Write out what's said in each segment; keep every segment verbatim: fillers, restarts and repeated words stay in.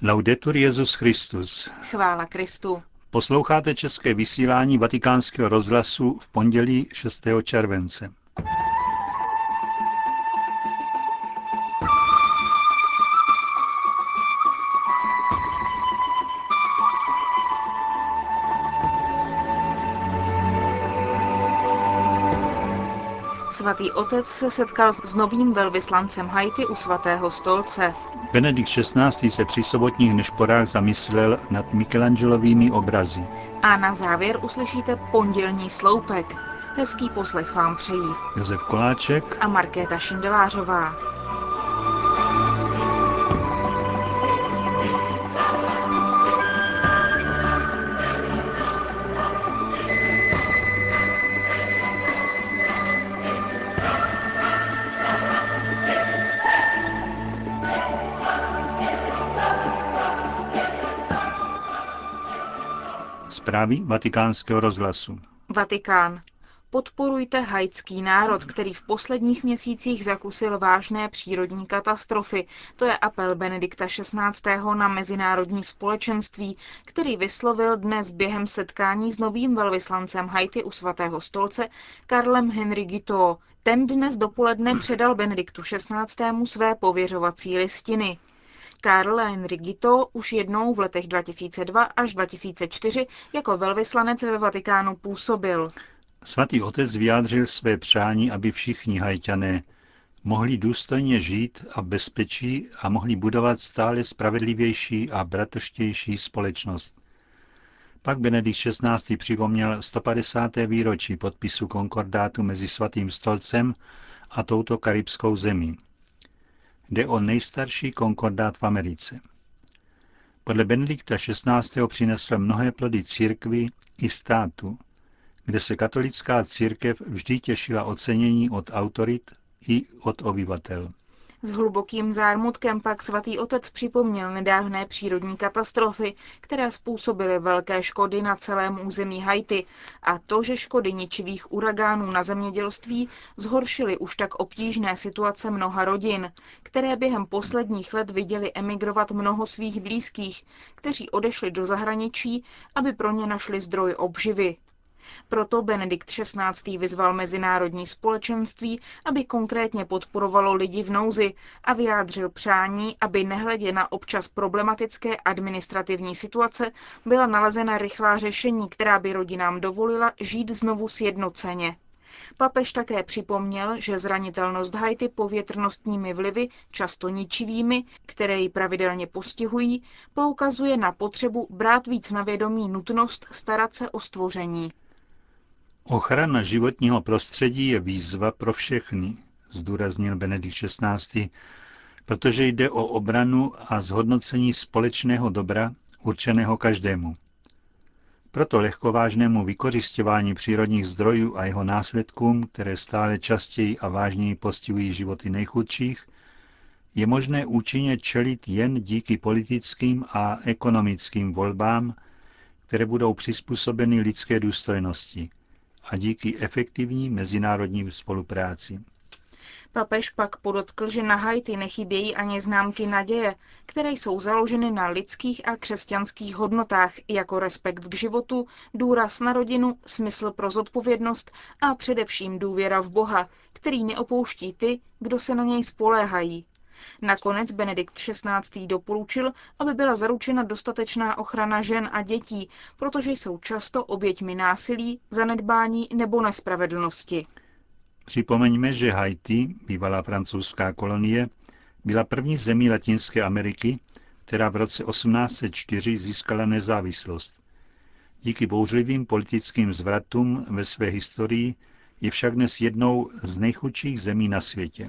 Laudetur Jesus Christus. Chvála Kristu. Posloucháte české vysílání Vatikánského rozhlasu v pondělí šestého července. Svatý otec se setkal s novým velvyslancem Haiti u svatého stolce. Benedikt šestnáctý. se při sobotních nešporách zamyslel nad Michelangelovými obrazy. A na závěr uslyšíte pondělní sloupek. Hezký poslech vám přejí Josef Koláček a Markéta Šindelářová. Zprávy Vatikánského rozhlasu. Vatikán. Podporujte haitský národ, který v posledních měsících zakusil vážné přírodní katastrofy. To je apel Benedikta šestnáctého. na mezinárodní společenství, který vyslovil dnes během setkání s novým velvyslancem Haiti u svatého stolce Karlem Henry Guiteau. Ten dnes dopoledne předal Benediktu šestnáctému. své pověřovací listiny. Karl Henry Guiteau už jednou v letech dva tisíce dva až dva tisíce čtyři jako velvyslanec ve Vatikánu působil. Svatý otec vyjádřil své přání, aby všichni Haťané mohli důstojně žít a bezpečí a mohli budovat stále spravedlivější a bratrštější společnost. Pak Benedikt šestnáctý. připomněl sto padesáté výročí podpisu konkordátu mezi Svatým stolcem a touto karibskou zemí. Jde o nejstarší konkordát v Americe. Podle Benedikta šestnáctého. přinesl mnohé plody církvi i státu, kde se katolická církev vždy těšila ocenění od autorit i od obyvatel. S hlubokým zármutkem pak svatý otec připomněl nedávné přírodní katastrofy, které způsobily velké škody na celém území Haiti a to, že škody ničivých uragánů na zemědělství zhoršily už tak obtížné situace mnoha rodin, které během posledních let viděly emigrovat mnoho svých blízkých, kteří odešli do zahraničí, aby pro ně našli zdroj obživy. Proto Benedikt šestnáctý. vyzval mezinárodní společenství, aby konkrétně podporovalo lidi v nouzi a vyjádřil přání, aby nehledě na občas problematické administrativní situace byla nalezena rychlá řešení, která by rodinám dovolila žít znovu sjednoceně. Papež také připomněl, že zranitelnost Haiti povětrnostními vlivy, často ničivými, které ji pravidelně postihují, poukazuje na potřebu brát víc na vědomí nutnost starat se o stvoření. Ochrana životního prostředí je výzva pro všechny, zdůraznil Benedikt šestnáctý. protože jde o obranu a zhodnocení společného dobra určeného každému. Proto lehkovážnému vykořisťování přírodních zdrojů a jeho následkům, které stále častěji a vážněji postihují životy nejchudších, je možné účinně čelit jen díky politickým a ekonomickým volbám, které budou přizpůsobeny lidské důstojnosti a díky efektivní mezinárodní spolupráci. Papež pak podotkl, že na Haiti nechybějí ani známky naděje, které jsou založeny na lidských a křesťanských hodnotách, jako respekt k životu, důraz na rodinu, smysl pro zodpovědnost a především důvěra v Boha, který neopouští ty, kdo se na něj spoléhají. Nakonec Benedikt šestnáctý. doporučil, aby byla zaručena dostatečná ochrana žen a dětí, protože jsou často oběťmi násilí, zanedbání nebo nespravedlnosti. Připomeňme, že Haiti, bývalá francouzská kolonie, byla první zemí Latinské Ameriky, která v roce osmnáct set čtyři získala nezávislost. Díky bouřlivým politickým zvratům ve své historii je však dnes jednou z nejchudších zemí na světě.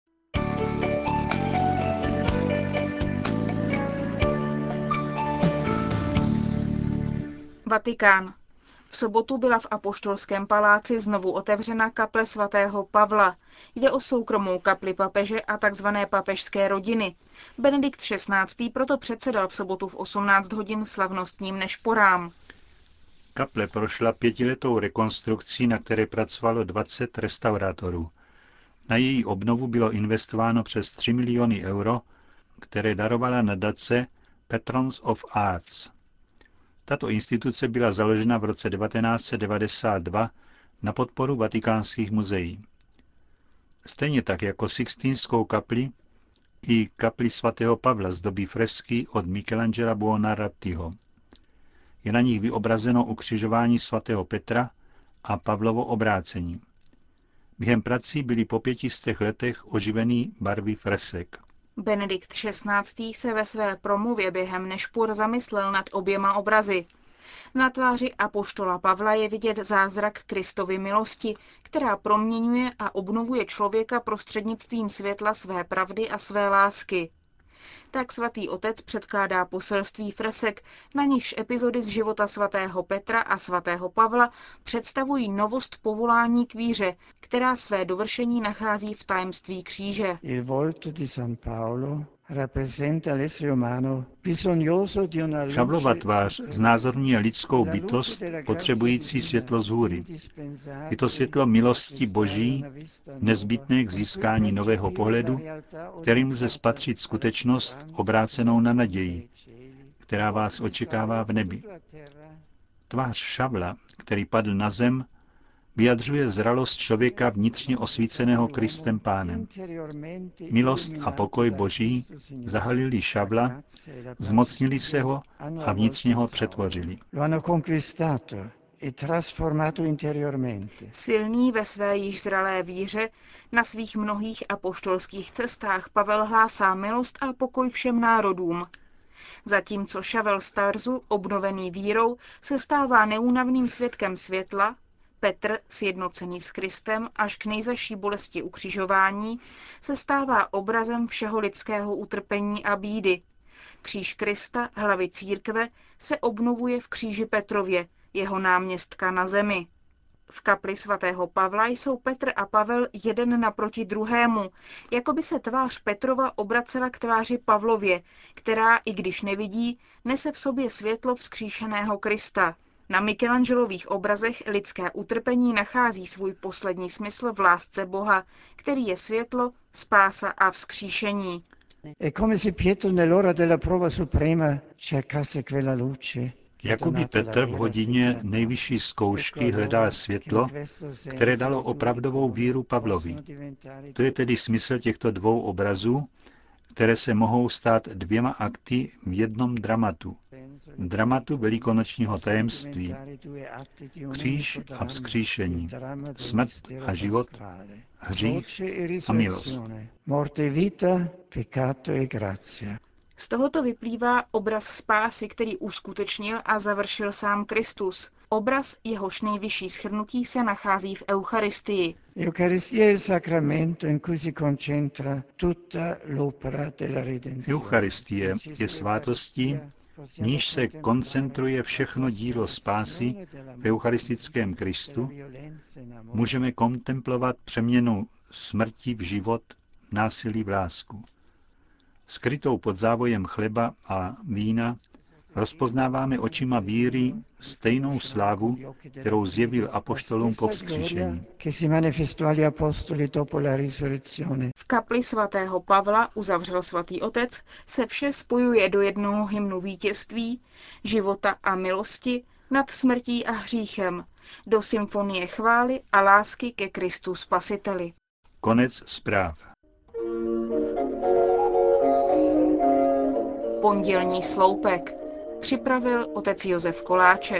Vatikán. V sobotu byla v Apoštolském paláci znovu otevřena kaple svatého Pavla. Jde o soukromou kapli papeže a tzv. Papežské rodiny. Benedikt šestnáctý. proto předsedal v sobotu v osmnáct hodin slavnostním nešporám. Kaple prošla pětiletou rekonstrukcí, na které pracovalo dvacet restaurátorů. Na její obnovu bylo investováno přes tři miliony euro, které darovala nadace Patrons of Arts. Tato instituce byla založena v roce devatenáct set devadesát dva na podporu vatikánských muzeí. Stejně tak jako Sixtínskou kapli i kapli svatého Pavla zdobí fresky od Michelangela Buonarrotiho. Je na nich vyobrazeno ukřižování svatého Petra a Pavlovo obrácení. Během prací byly po pětistech letech oživený barvy fresek. Benedikt šestnáctý. se ve své promluvě během nešpor zamyslel nad oběma obrazy. Na tváři apoštola Pavla je vidět zázrak Kristovy milosti, která proměňuje a obnovuje člověka prostřednictvím světla své pravdy a své lásky. Tak svatý otec předkládá poselství fresek, na nichž epizody z života svatého Petra a svatého Pavla představují novost povolání k víře, která své dovršení nachází v tajemství kříže. Šavlova tvář znázorňuje lidskou bytost potřebující světlo z hůry. Je to světlo milosti Boží, nezbytné k získání nového pohledu, kterým lze spatřit skutečnost obrácenou na naději, která vás očekává v nebi. Tvář Šavla, který padl na zem, vyjadřuje zralost člověka vnitřně osvíceného Kristem Pánem. Milost a pokoj Boží zahalili Šavla, zmocnili se ho a vnitřně ho přetvořili. Silný ve své již zralé víře, na svých mnohých apoštolských cestách Pavel hlásá milost a pokoj všem národům. Zatímco Šavel z Tarzu, obnovený vírou, se stává neúnavným svědkem světla, Petr, sjednocený s Kristem až k nejzaší bolesti ukřižování, se stává obrazem všeho lidského utrpení a bídy. Kříž Krista, hlavy církve, se obnovuje v kříži Petrově, jeho náměstka na zemi. V kapli svatého Pavla jsou Petr a Pavel jeden naproti druhému, jako by se tvář Petrova obracela k tváři Pavlově, která, i když nevidí, nese v sobě světlo vzkříšeného Krista. Na Michelangelových obrazech lidské utrpení nachází svůj poslední smysl v lásce Boha, který je světlo, spása a vzkříšení. Jako by Petr v hodině nejvyšší zkoušky hledal světlo, které dalo opravdovou víru Pavlovi. To je tedy smysl těchto dvou obrazů, které se mohou stát dvěma akty v jednom dramatu. V dramatu velikonočního tajemství, kříž a vzkříšení, smrt a život, hřích a milost. Z tohoto vyplývá obraz spásy, který uskutečnil a završil sám Kristus. Obraz, jehož nejvyšší shrnutí se nachází v Eucharistii. Eucharistie je svátostí, v níž se koncentruje všechno dílo spásy v eucharistickém Kristu. Můžeme kontemplovat přeměnu smrti v život, násilí v lásku. Skrytou pod závojem chleba a vína rozpoznáváme očima víry stejnou slávu, kterou zjevil apoštolům po vzkříšení. V kapli svatého Pavla, uzavřel svatý otec, se vše spojuje do jednoho hymnu vítězství, života a milosti nad smrtí a hříchem, do symfonie chvály a lásky ke Kristu Spasiteli. Konec zpráv. Pondělní sloupek připravil otec Josef Koláček.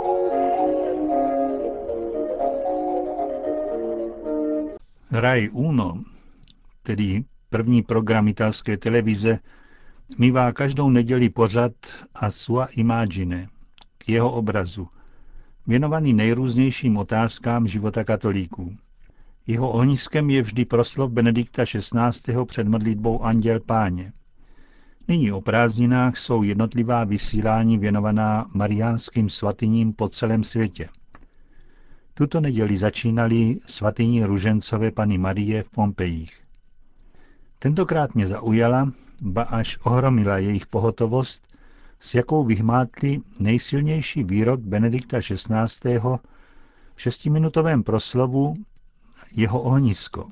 Rai Uno, tedy první program italské televize, mívá každou neděli pořad A sua imagine, k jeho obrazu, věnovaný nejrůznějším otázkám života katolíků. Jeho ohniskem je vždy proslov Benedikta šestnáctého před modlitbou Anděl Páně. Nyní o prázdninách jsou jednotlivá vysílání věnovaná mariánským svatyním po celém světě. Tuto neděli začínali svatyní Ružencové Panny Marie v Pompejích. Tentokrát mě zaujala, ba až ohromila jejich pohotovost, s jakou vyhmátli nejsilnější výrok Benedikta šestnáctého v šestiminutovém proslovu jeho ohnisko.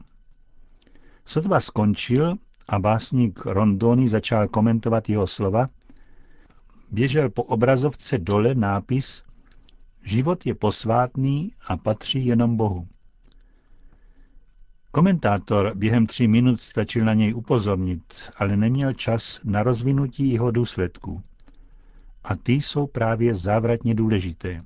Sotva skončil a básník Rondoni začal komentovat jeho slova, běžel po obrazovce dole nápis Život je posvátný a patří jenom Bohu. Komentátor během tří minut stačil na něj upozornit, ale neměl čas na rozvinutí jeho důsledků. A ty jsou právě závratně důležité.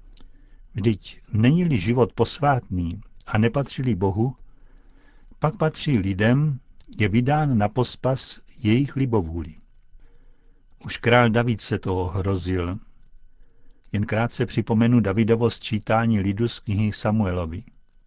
Vždyť není-li život posvátný a nepatří Bohu, pak patří lidem, je vydán na pospas jejich libovůli. Už král David se toho hrozil. Jen krátce připomenu Davidovo sčítání lidu z knihy Samuelovi.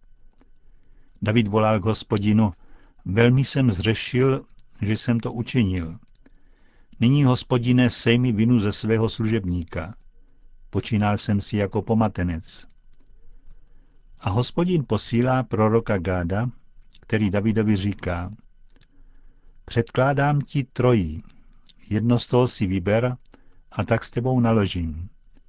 David volal k Hospodinu, velmi jsem zřešil, že jsem to učinil. Nyní, Hospodine, sej mi vinu ze svého služebníka. Počínal jsem si jako pomatenec. A Hospodin posílá proroka Gáda, který Davidovi říká, předkládám ti trojí, jedno z toho si vyber a tak s tebou naložím.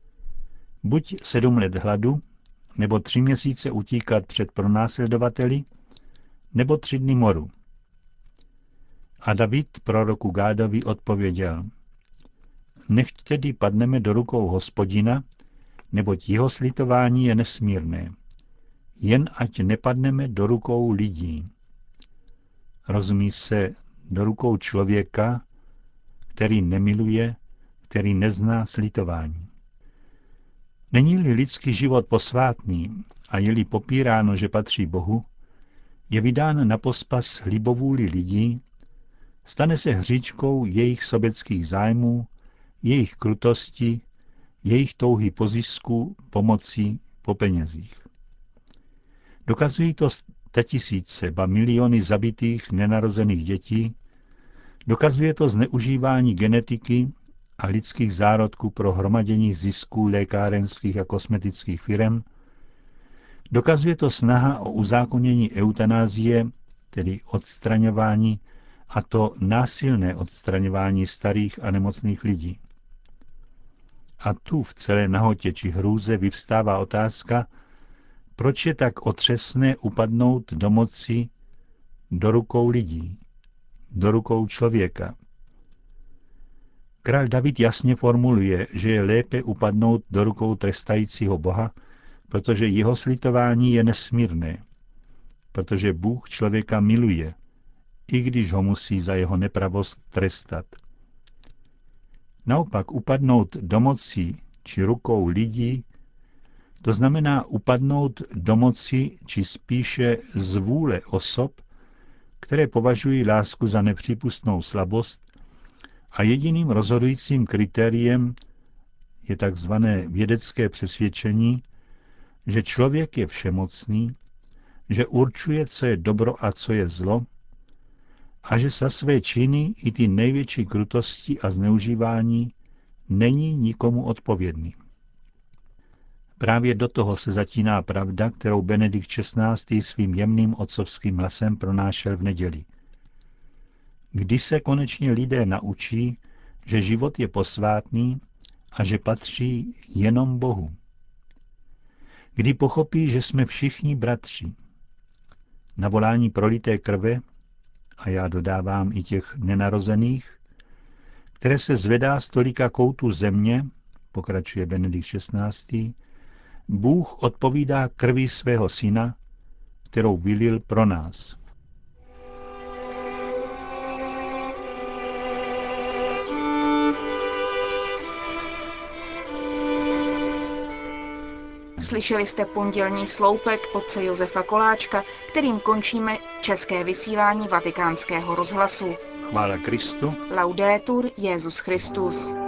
Buď sedm let hladu, nebo tři měsíce utíkat před pronásledovateli, nebo tři dny moru. A David proroku Gádovi odpověděl, nechť tedy padneme do rukou Hospodina, neboť jeho slitování je nesmírné. Jen ať nepadneme do rukou lidí. Rozumí se do rukou člověka, který nemiluje, který nezná slitování. Není-li lidský život posvátný a je-li popíráno, že patří Bohu, je vydán na pospas libovůli lidí, stane se hříčkou jejich sobeckých zájmů, jejich krutosti, jejich touhy po zisku, pomoci, po penězích. Dokazují to statisíce, ba miliony zabitých nenarozených dětí, dokazuje to zneužívání genetiky a lidských zárodků pro hromadění zisků lékárenských a kosmetických firem, dokazuje to snaha o uzákonění eutanázie, tedy odstraňování, a to násilné odstraňování starých a nemocných lidí. A tu v celé nahotě či hrůze vyvstává otázka, proč je tak otřesné upadnout do moci do rukou lidí, do rukou člověka. Král David jasně formuluje, že je lépe upadnout do rukou trestajícího Boha, protože jeho slitování je nesmírné, protože Bůh člověka miluje, i když ho musí za jeho nepravost trestat. Naopak upadnout do moci či rukou lidí, to znamená upadnout do moci či spíše z vůle osob, které považují lásku za nepřípustnou slabost a jediným rozhodujícím kritériem je takzvané vědecké přesvědčení, že člověk je všemocný, že určuje, co je dobro a co je zlo, a že za své činy i ty největší krutosti a zneužívání není nikomu odpovědný. Právě do toho se zatíná pravda, kterou Benedikt šestnáctý svým jemným otcovským hlasem pronášel v neděli. Kdy se konečně lidé naučí, že život je posvátný a že patří jenom Bohu? Kdy pochopí, že jsme všichni bratři? Na volání prolité krve, a já dodávám i těch nenarozených, které se zvedá z tolika koutů země, pokračuje Benedikt šestnáctý, Bůh odpovídá krví svého syna, kterou vylil pro nás. Slyšeli jste pondělní sloupek otce Josefa Koláčka, kterým končíme české vysílání Vatikánského rozhlasu. Chvála Kristu. Laudetur Jesus Christus.